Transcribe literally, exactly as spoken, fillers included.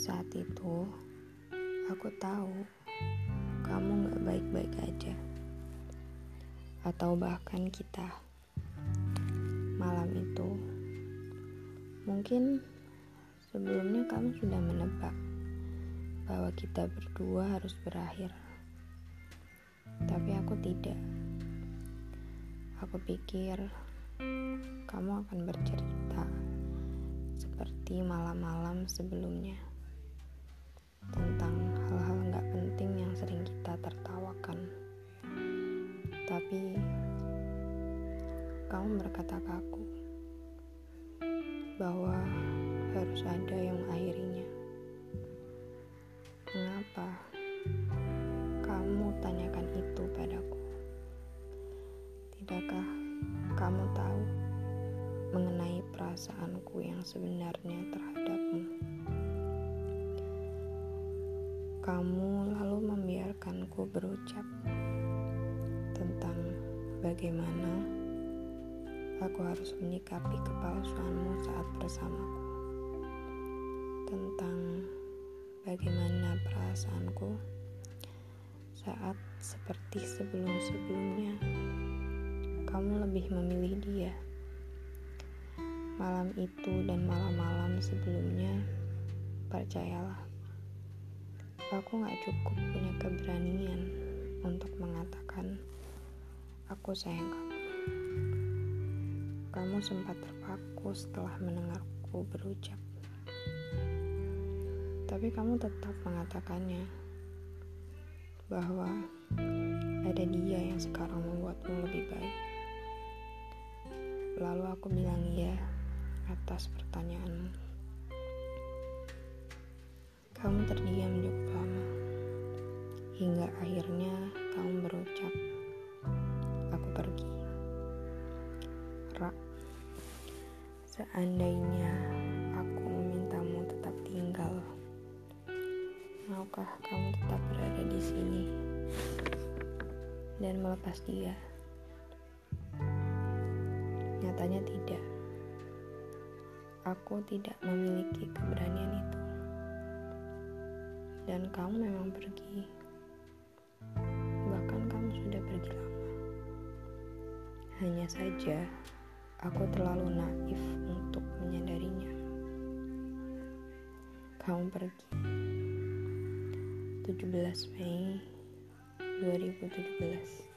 Saat itu, aku tahu kamu gak baik-baik aja. Atau bahkan kita. Malam itu, mungkin sebelumnya kamu sudah menebak bahwa kita berdua harus berakhir. Tapi aku tidak. Aku pikir kamu akan bercerita seperti malam-malam sebelumnya, tentang hal-hal gak penting yang sering kita tertawakan. Tapi kamu berkata ke aku bahwa harus ada yang mengakhirinya. Mengapa kamu tanyakan itu padaku? Tidakkah kamu tahu mengenai perasaanku yang sebenarnya terhadapmu? Kamu lalu membiarkanku berucap tentang bagaimana aku harus menyikapi kepalsuanmu saat bersamaku, tentang bagaimana perasaanku saat seperti sebelum-sebelumnya kamu lebih memilih dia. Malam itu dan malam-malam sebelumnya, percayalah, aku gak cukup punya keberanian untuk mengatakan aku sayang kamu. Kamu sempat terpaku setelah mendengarku berucap. Tapi kamu tetap mengatakannya, bahwa ada dia yang sekarang membuatmu lebih baik. Lalu aku bilang iya atas pertanyaanmu. Kamu terdiam cukup lama, hingga akhirnya kamu berucap, aku pergi. Rak, seandainya aku memintamu tetap tinggal, maukah kamu tetap berada di sini dan melepas dia? Nyatanya tidak. Aku tidak memiliki keberanian itu. Dan kamu memang pergi. Bahkan kamu sudah pergi lama. Hanya saja, aku terlalu naif untuk menyadarinya. Kamu pergi. tujuh belas Mei dua ribu tujuh belas